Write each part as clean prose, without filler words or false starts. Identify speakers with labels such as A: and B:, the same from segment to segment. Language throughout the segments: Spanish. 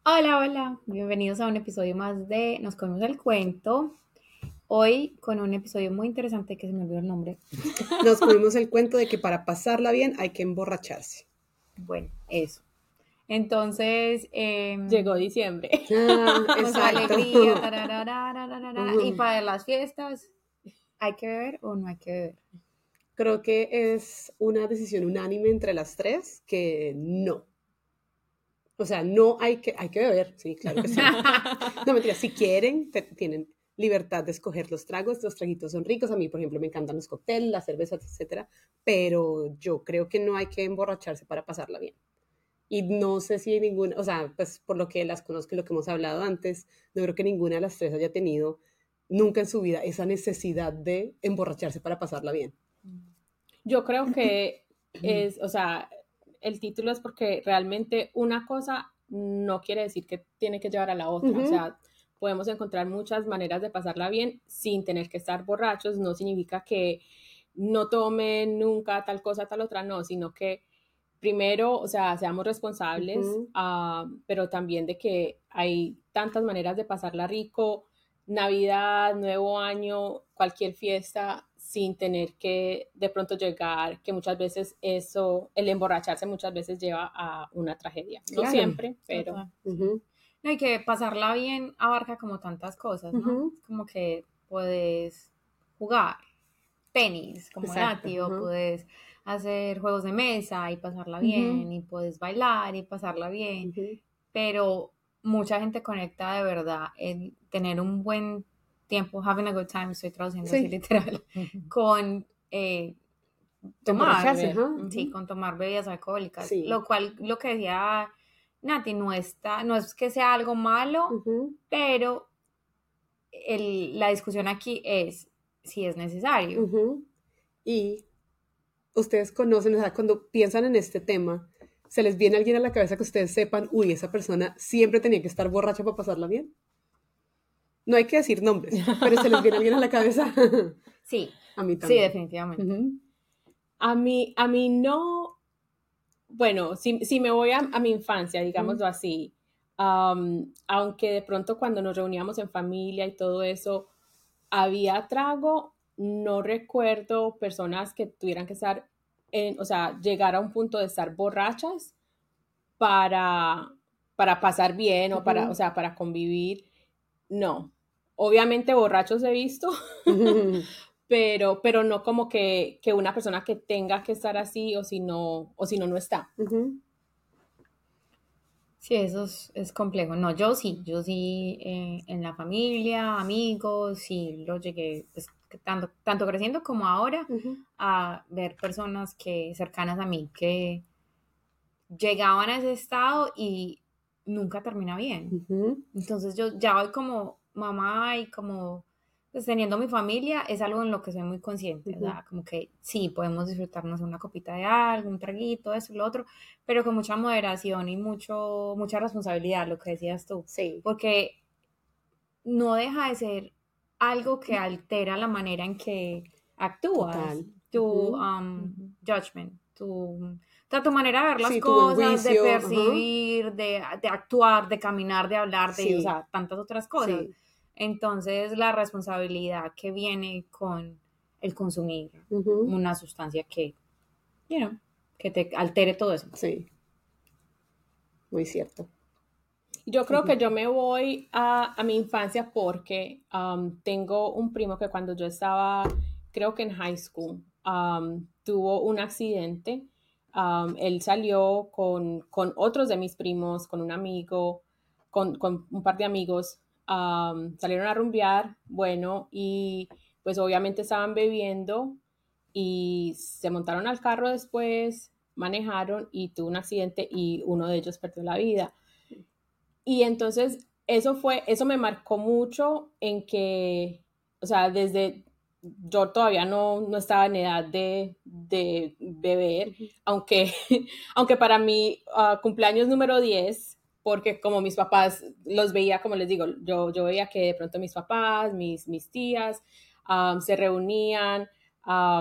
A: Hola, hola, bienvenidos a un episodio más de Nos comemos el cuento. Hoy con un episodio muy interesante que se me olvidó el nombre.
B: Nos comimos el cuento de que para pasarla bien hay que emborracharse.
A: Bueno, eso. Entonces,
C: Llegó diciembre.
A: con su
B: Exacto.
A: alegría, y
B: Ujú.
A: para las fiestas, ¿hay que beber o no hay que beber?
B: Creo que es una decisión unánime entre las tres que no. O sea, no hay que beber, sí, claro que sí. No, mentira, si quieren, tienen libertad de escoger los tragos, los traguitos son ricos. A mí, por ejemplo, me encantan los cócteles, las cervezas, etcétera, pero yo creo que no hay que emborracharse para pasarla bien. Y no sé si ninguna, o sea, pues por lo que las conozco y lo que hemos hablado antes, no creo que ninguna de las tres haya tenido nunca en su vida esa necesidad de emborracharse para pasarla bien.
C: Yo creo que es, o sea, el título es porque realmente una cosa no quiere decir que tiene que llevar a la otra. O
B: Ujú,
C: sea, podemos encontrar muchas maneras de pasarla bien sin tener que estar borrachos. No significa que no tomen nunca tal cosa, tal otra, no, sino que primero, o sea, seamos responsables,
B: ujú,
C: pero también de que hay tantas maneras de pasarla rico, Navidad, Nuevo Año, cualquier fiesta, sin tener que de pronto llegar, que muchas veces eso, el emborracharse muchas veces lleva a una tragedia. No
B: claro.
C: siempre, pero
A: Total, sí.
B: Ujú,
A: No, y que pasarla bien abarca como tantas cosas, ¿no?
B: ujú,
A: Es como que puedes jugar tenis como
B: exacto.
A: Nati, o
B: Ujú,
A: puedes hacer juegos de mesa y pasarla
B: ujú,
A: bien, y puedes bailar y pasarla bien,
B: ujú.
A: pero mucha gente conecta de verdad en tener un buen tiempo, having a good time, estoy traduciendo así
B: Sí,
A: literal, con tomar,
B: emborracharse,
C: beber.
B: ajá.
A: sí,
C: Ujú.
A: con tomar bebidas alcohólicas,
B: Sí.
A: lo cual, lo que decía Nati, no es que sea algo malo,
B: Ujú,
A: pero la discusión aquí es si es necesario.
B: ujú. Y ustedes conocen, o sea, cuando piensan en este tema, ¿se les viene alguien a la cabeza que ustedes sepan, uy, esa persona siempre tenía que estar borracha para pasarla bien? No hay que decir nombres, pero ¿se les viene alguien a la cabeza?
A: Sí,
B: A mí
A: sí,
B: también.
A: definitivamente.
B: Ujú,
C: A mí no, bueno, si me voy a mi infancia,
B: ujú,
C: digámoslo así, aunque de pronto cuando nos reuníamos en familia y todo eso, había trago, no recuerdo personas que tuvieran que estar o sea, llegar a un punto de estar borrachas para, para pasar bien o para, o
B: ujú,
C: sea, para convivir. No. Obviamente borrachos he visto,
B: ujú,
C: pero no como que una persona que tenga que estar así o si no, no está.
B: ujú.
A: Sí, eso es complejo. No, yo sí, en la familia, amigos, sí, lo llegué, pues, que tanto creciendo como ahora,
B: Ujú,
A: a ver personas que cercanas a mí que llegaban a ese estado y nunca termina bien.
B: ujú,
A: Entonces yo ya hoy como mamá y como pues, teniendo mi familia es algo en lo que soy muy consciente, o
B: ujú.
A: sea, como que sí, podemos disfrutarnos una copita de algo, un traguito, eso, lo otro, pero con mucha moderación y mucha responsabilidad, lo que decías tú,
B: Sí,
A: porque no deja de ser algo que altera la manera en que actúas,
B: total.
A: tu
B: Ujú.
A: judgment, o sea, tu manera de ver las
B: Sí, tu buen
A: cosas, de
B: juicio, ajá.
A: percibir, de actuar, de caminar, de hablar, de, o
B: Sí,
A: sea, tantas otras cosas.
B: sí.
A: Entonces, la responsabilidad que viene con el consumir
B: Ujú,
A: una sustancia que, you know, que te altere todo eso.
B: sí, muy cierto.
C: Yo creo
B: Ujú,
C: que yo me voy a mi infancia porque tengo un primo que cuando yo estaba, creo que en high school, tuvo un accidente. Él salió con otros de mis primos, con un amigo, con un par de amigos, salieron a rumbear, bueno, y pues obviamente estaban bebiendo y se montaron al carro después, manejaron y tuvo un accidente y uno de ellos perdió la vida. Y entonces eso me marcó mucho en que, o sea, desde yo todavía no estaba en edad de beber,
B: ujú,
C: aunque, aunque para mí cumpleaños número 10 porque como mis papás los veía, como les digo, yo veía que de pronto mis papás, mis tías se reunían,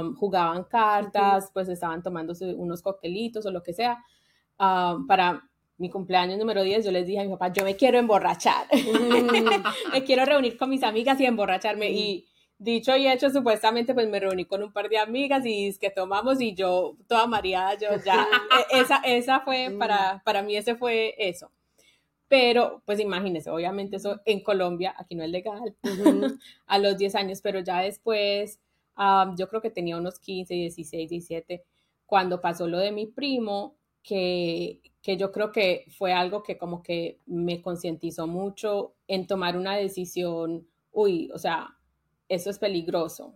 C: jugaban
B: ujú,
C: cartas, pues estaban tomándose unos coctelitos o lo que sea, para mi cumpleaños número 10, yo les dije a mi papá, yo me quiero emborrachar. Me quiero reunir con mis amigas y emborracharme. Y dicho y hecho, supuestamente, pues me reuní con un par de amigas y es que tomamos y yo, toda mareada, yo ya, esa fue, para mí ese fue eso. Pero, pues imagínense, obviamente eso en Colombia, aquí no es legal, a los 10 años, pero ya después, yo creo que tenía unos 15, 16, 17, cuando pasó lo de mi primo, que yo creo que fue algo que como que me concientizó mucho en tomar una decisión, o sea, eso es peligroso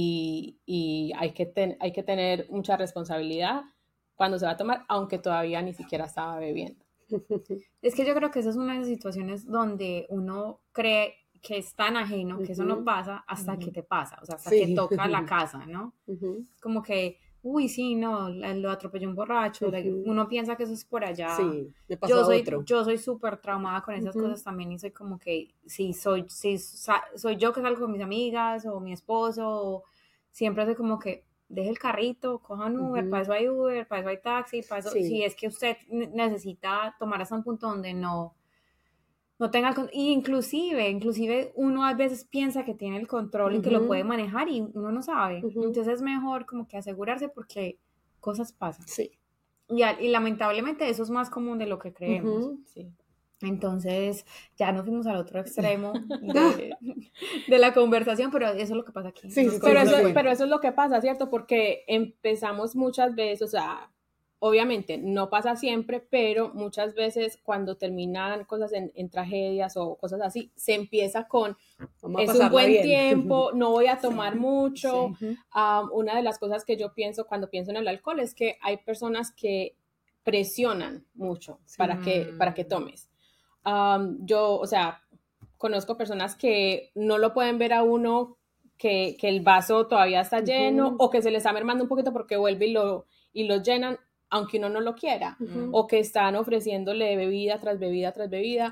C: y hay que tener mucha responsabilidad cuando se va a tomar, aunque todavía ni siquiera estaba bebiendo.
A: Es que yo creo que esa es una de las situaciones donde uno cree que es tan ajeno, que eso no pasa hasta que te pasa, o sea, hasta que toca la casa, ¿no? Como que, uy, sí, no, lo atropelló un borracho, uno piensa que eso es por allá.
B: Sí, me pasó a otro.
A: Yo soy súper traumada con esas cosas también y soy como que, si soy yo que salgo con mis amigas o mi esposo, o siempre soy como que, deje el carrito, coja un Uber, para eso hay Uber, para eso hay taxi, para eso, si es que usted necesita tomar hasta un punto donde no tenga inclusive uno a veces piensa que tiene el control y que lo puede manejar y uno no sabe. Entonces es mejor como que asegurarse porque cosas pasan.
B: Sí.
A: Y lamentablemente eso es más común de lo que creemos. Sí. Entonces ya nos fuimos al otro extremo de la conversación, pero eso es lo que pasa aquí.
B: Sí,
C: pero eso es lo que pasa, ¿cierto? Porque empezamos muchas veces, o sea, obviamente no pasa siempre, pero muchas veces cuando terminan cosas en tragedias o cosas así, se empieza con, es un buen tiempo, no voy a tomar mucho. Una de las cosas que yo pienso cuando pienso en el alcohol es que hay personas que presionan mucho para que tomes. Yo, o sea, conozco personas que no lo pueden ver a uno que el vaso todavía está lleno o que se les está mermando un poquito porque vuelve y lo llenan aunque uno no lo quiera, o que están ofreciéndole bebida tras bebida tras bebida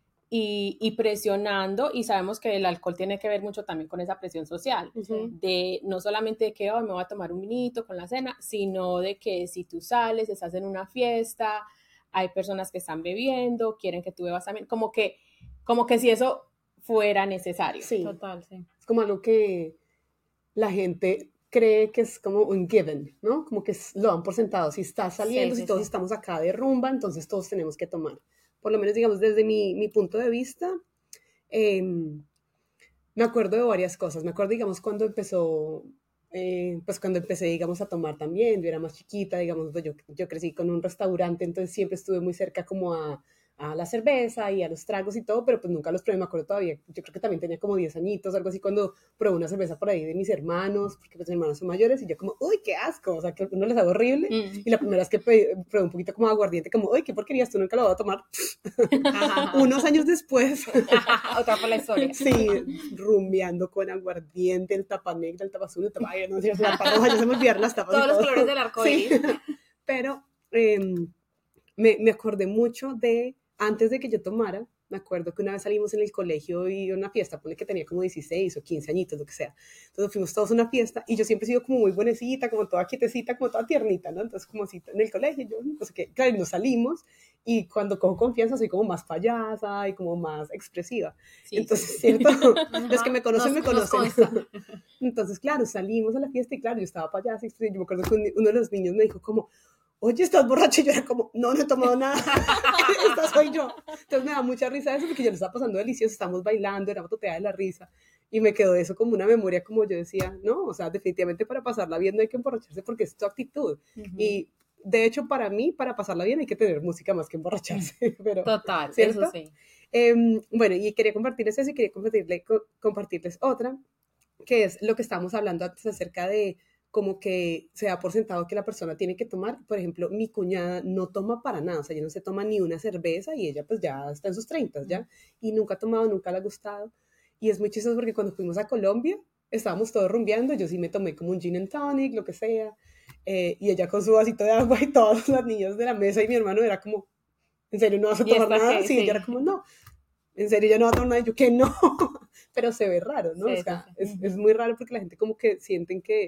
C: y presionando, y sabemos que el alcohol tiene que ver mucho también con esa presión social, de no solamente de que me voy a tomar un vinito con la cena, sino de que si tú sales, estás en una fiesta, hay personas que están bebiendo, quieren que tú bebas también, como que si eso fuera necesario.
B: Sí.
A: Total, sí.
B: Es como algo que la gente cree que es como un given, ¿no? Como que lo dan por sentado. Si estás saliendo, si todos estamos acá de rumba, entonces todos tenemos que tomar. Por lo menos, digamos, desde mi punto de vista, me acuerdo de varias cosas. Me acuerdo, digamos, cuando empezó, pues cuando empecé, digamos, a tomar también. Yo era más chiquita, digamos, pues yo crecí con un restaurante, entonces siempre estuve muy cerca como a la cerveza y a los tragos y todo, pero pues nunca los probé, me acuerdo todavía, yo creo que también tenía como 10 añitos, algo así, cuando probé una cerveza por ahí de mis hermanos, porque pues mis hermanos son mayores, y yo como, uy, qué asco, o sea, que uno les hago horrible, y la primera vez que probé un poquito como aguardiente, como, uy, qué porquería, esto nunca lo voy a tomar. Unos años después,
A: otra por la historia.
B: Sí, rumbeando con aguardiente, el tapa negra, el tapa azul, el tapa, ay, no sé, la tapa roja, ya se me olvidaron las tapas.
A: Todos los colores del arcoíris.
B: Sí. Pero me acordé mucho de, antes de que yo tomara, me acuerdo que una vez salimos en el colegio y a una fiesta, ponle que tenía como 16 o 15 añitos, lo que sea. Entonces fuimos todos a una fiesta y yo siempre he sido como muy buenecita, como toda quietecita, como toda tiernita, ¿no? Entonces como así en el colegio, yo no sé qué, claro, y nos salimos y cuando cojo confianza soy como más payasa y como más expresiva. Sí, entonces, ¿cierto? Los que me conocen, me conocen. Entonces, claro, salimos a la fiesta y claro, yo estaba payasa y yo me acuerdo que uno de los niños me dijo como, oye, ¿estás borracho? Y yo era como, no he tomado nada, esta soy yo. Entonces me da mucha risa eso porque yo lo estaba pasando delicioso, estamos bailando, era toteada de la risa, y me quedó eso como una memoria, como yo decía, no, o sea, definitivamente para pasarla bien no hay que emborracharse porque es tu actitud, y de hecho para mí, para pasarla bien hay que tener música más que emborracharse. Pero,
A: total,
B: ¿cierto?
A: eso sí.
B: Bueno, y quería compartirles eso y quería compartirles otra, que es lo que estábamos hablando antes acerca de como que se da por sentado que la persona tiene que tomar. Por ejemplo, mi cuñada no toma para nada, o sea, ella no se toma ni una cerveza y ella pues ya está en sus 30 ya, y nunca ha tomado, nunca le ha gustado, y es muy chistoso porque cuando fuimos a Colombia, estábamos todos rumbeando, yo sí me tomé como un gin and tonic, lo que sea, y ella con su vasito de agua y todos los niños de la mesa y mi hermano era como, ¿en serio no vas a tomar nada? Sí, ella era como, no, en serio ya no va a tomar nada, y yo, que no, pero se ve raro, ¿no? Sí, o sea, sí. Es muy raro porque la gente como que sienten que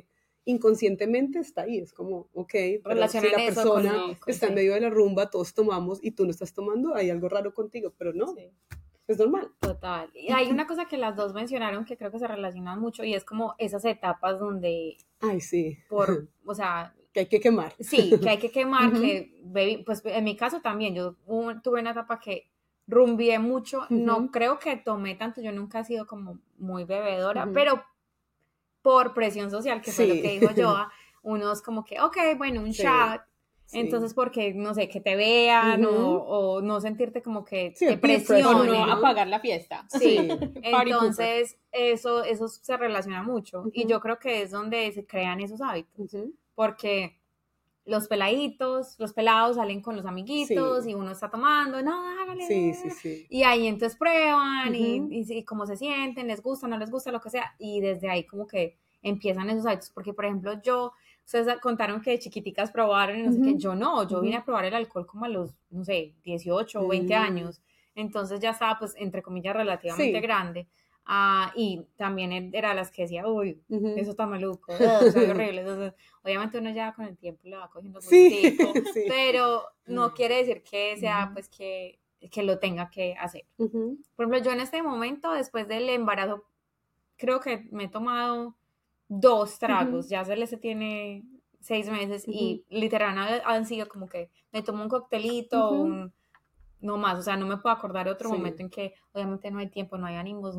B: inconscientemente está ahí, es como, ok, pero si la
A: Relacionan eso con
B: persona
A: lo-
B: está en
A: sí.
B: medio de la rumba, todos tomamos y tú no estás tomando, hay algo raro contigo, pero no,
C: Sí.
B: es normal.
A: Total. Y hay una cosa que las dos mencionaron que creo que se relacionan mucho y es como esas etapas donde
B: Ay, sí,
A: o sea,
B: que hay que quemar.
A: sí, que hay que quemar,
B: Ujú.
A: que, pues en mi caso también, yo tuve una etapa que rumbié mucho, no
B: Ujú.
A: creo que tomé tanto, yo nunca he sido como muy bebedora,
B: Ujú.
A: pero por presión social, que fue lo que
B: Sí.
A: dijo Joa, uno es como que, ok, bueno, un
B: Sí,
A: shot,
B: sí.
A: entonces porque, no sé, que te vean
B: Ujú.
A: o no sentirte como que
B: Sí,
A: te
B: el peer
C: O
B: pressure,
C: no
A: presionen.
B: ¿no?
C: apagar la fiesta.
A: Sí,
B: Sí.
C: Party
A: entonces eso se relaciona mucho y
B: Ujú.
A: yo creo que es donde se crean esos hábitos,
B: Ujú.
A: porque los pelados salen con los amiguitos
B: Sí.
A: y uno está tomando, no, hágale,
B: Sí, sí, sí.
A: y ahí entonces prueban
B: Ujú.
A: y cómo se sienten, les gusta, no les gusta, lo que sea, y desde ahí como que empiezan esos hábitos, porque por ejemplo ustedes contaron que de chiquiticas probaron y no sé qué,
B: Ujú.
A: yo no, yo vine
B: Ujú.
A: a probar el alcohol como a los, no sé, 18 o 20
B: Mm.
A: años, entonces ya estaba pues entre comillas relativamente
B: Sí.
A: grande, y también era las que decía, uy,
B: Ujú.
A: eso está maluco, sabe horrible, entonces obviamente uno ya con el tiempo le va cogiendo
B: Sí,
A: gustico,
B: sí.
A: pero no quiere decir que sea
B: Ujú.
A: pues que lo tenga que hacer.
B: Ujú.
A: Por ejemplo, yo en este momento, después del embarazo, creo que me he tomado 2 tragos,
B: Ujú.
A: ya se tiene 6 meses
B: Ujú.
A: y literal han sido como que me tomo un coctelito,
B: Ujú.
A: no más, o sea, no me puedo acordar de otro
B: Sí.
A: momento en que obviamente no hay tiempo, no hay ánimos,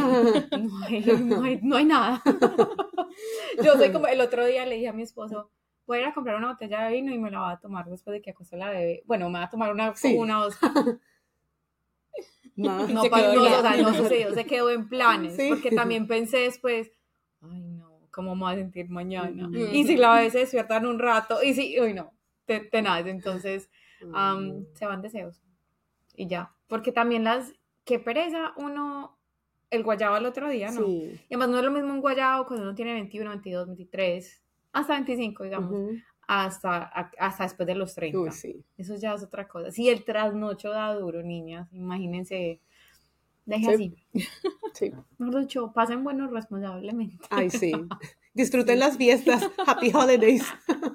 A: no hay nada. Yo soy como, el otro día le dije a mi esposo, voy a ir a comprar una botella de vino y me la voy a tomar después de que acosté la bebé. Bueno, me va a tomar
B: Sí.
A: una o dos.
B: Ma-
A: No,
C: Se quedó
A: no, o
C: ya.
A: sea, no sucedió, se quedó en planes,
B: Sí.
A: porque también pensé después, ay no, ¿cómo me voy a sentir mañana?
B: Ujú.
A: Y si la bebé se despierta en un rato, y si, uy no, tenaz, entonces
B: Ay,
A: se van deseos y ya, porque también qué pereza uno, el guayabo el otro día, ¿no?
B: sí.
A: Y además no es lo mismo un guayabo cuando uno tiene 21, 22, 23, hasta 25, digamos,
B: Ujú.
A: hasta después de los 30.
B: Uy, sí.
A: Eso ya es otra cosa. Si el trasnocho da duro, niñas, imagínense, deje
B: Sí.
A: así.
B: Sí.
A: Mejor dicho, pasen buenos responsablemente.
B: Ay, sí. Disfruten
C: Sí.
B: las fiestas. Happy holidays.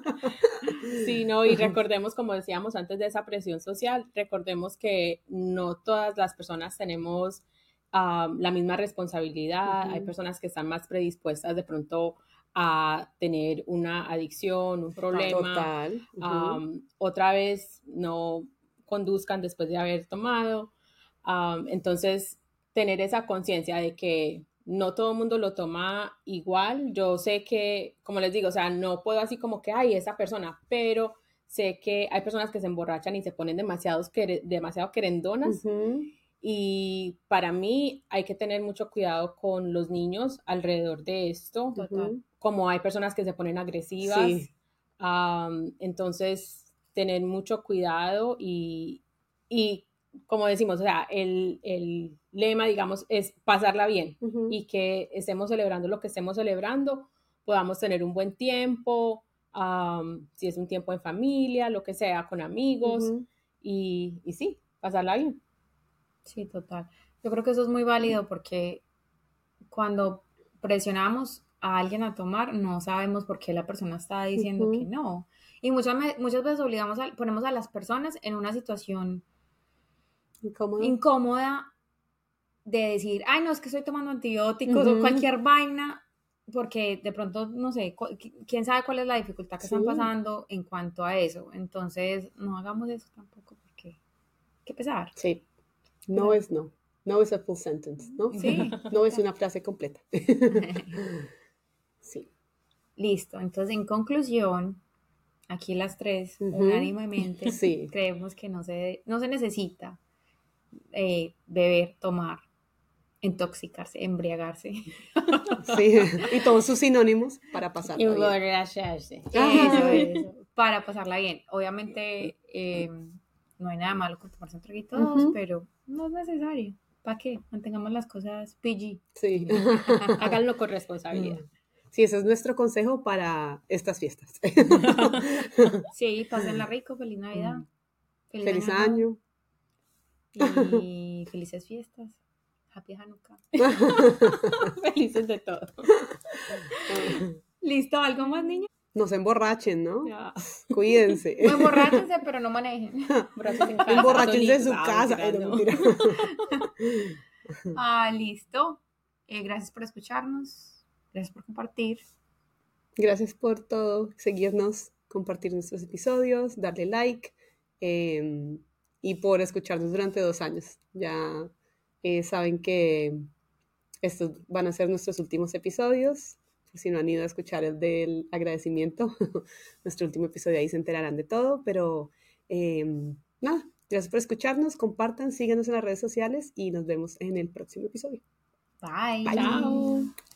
C: Sí, no, y recordemos, como decíamos antes de esa presión social, recordemos que no todas las personas tenemos la misma responsabilidad.
B: Ujú.
C: Hay personas que están más predispuestas de pronto a tener una adicción, un problema.
B: Total. Ujú.
C: Otra vez no conduzcan después de haber tomado. Entonces, tener esa conciencia de que no todo el mundo lo toma igual. Yo sé que, como les digo, o sea, no puedo así como que, ay, esa persona, pero sé que hay personas que se emborrachan y se ponen demasiado querendonas.
B: Ujú.
C: Y para mí hay que tener mucho cuidado con los niños alrededor de esto.
A: Total.
B: Ujú.
C: Como hay personas que se ponen agresivas.
B: Sí.
C: Entonces, tener mucho cuidado y como decimos, o sea, el lema, digamos, es pasarla bien
B: Ujú.
C: y que estemos celebrando lo que estemos celebrando, podamos tener un buen tiempo, si es un tiempo en familia, lo que sea, con amigos,
B: Ujú.
C: y sí, pasarla bien.
A: Sí, total. Yo creo que eso es muy válido porque cuando presionamos a alguien a tomar, no sabemos por qué la persona está diciendo que
B: Ujú.
A: no. Y muchas veces ponemos a las personas en una situación
B: Incómodo.
A: incómoda de decir, ay, no, es que estoy tomando antibióticos o
B: Ujú.
A: cualquier vaina, porque de pronto, no sé, quién sabe cuál es la dificultad que están
B: Sí.
A: pasando en cuanto a eso. Entonces, no hagamos eso tampoco, porque qué pesar.
B: Sí. No es no. No es a full sentence, ¿no?
A: Sí.
B: No es una frase completa. Sí.
A: Listo. Entonces, en conclusión, aquí las tres,
B: Ujú.
A: unánimemente,
B: Sí.
A: creemos que no se necesita beber, tomar, intoxicarse, embriagarse.
B: Sí. Y todos sus sinónimos para pasarla bien.
C: Emborracharse.
A: Eso, para pasarla bien. Obviamente, no hay nada malo con tomarse un traguito o dos,
B: Ujú.
A: pero no es necesario. ¿Para qué? Mantengamos las cosas PG.
B: Sí.
C: Háganlo con responsabilidad.
B: Sí, ese es nuestro consejo para estas fiestas.
A: Sí, pásenla rico, feliz Navidad,
B: Feliz
A: Nuevo,
B: año.
A: y felices fiestas. Happy Hanukkah.
C: Felices de todo.
A: ¿Listo? ¿Algo más, niña?
B: No se emborrachen, ¿no?
C: Ya.
B: Cuídense.
A: No emborráchense, pero no manejen.
C: Brazos en casa,
B: Emborráchense en su
C: solitos.
B: casa.
C: Mentira, no.
B: Mentira.
A: Listo. Gracias por escucharnos. Gracias por compartir.
B: Gracias por todo, seguirnos, compartir nuestros episodios, darle like y por escucharnos durante 2 años. Ya saben que estos van a ser nuestros últimos episodios. Si no han ido a escuchar el del agradecimiento, nuestro último episodio, ahí se enterarán de todo. Pero nada, gracias por escucharnos, compartan, síganos en las redes sociales y nos vemos en el próximo episodio.
A: Bye.
C: Chao.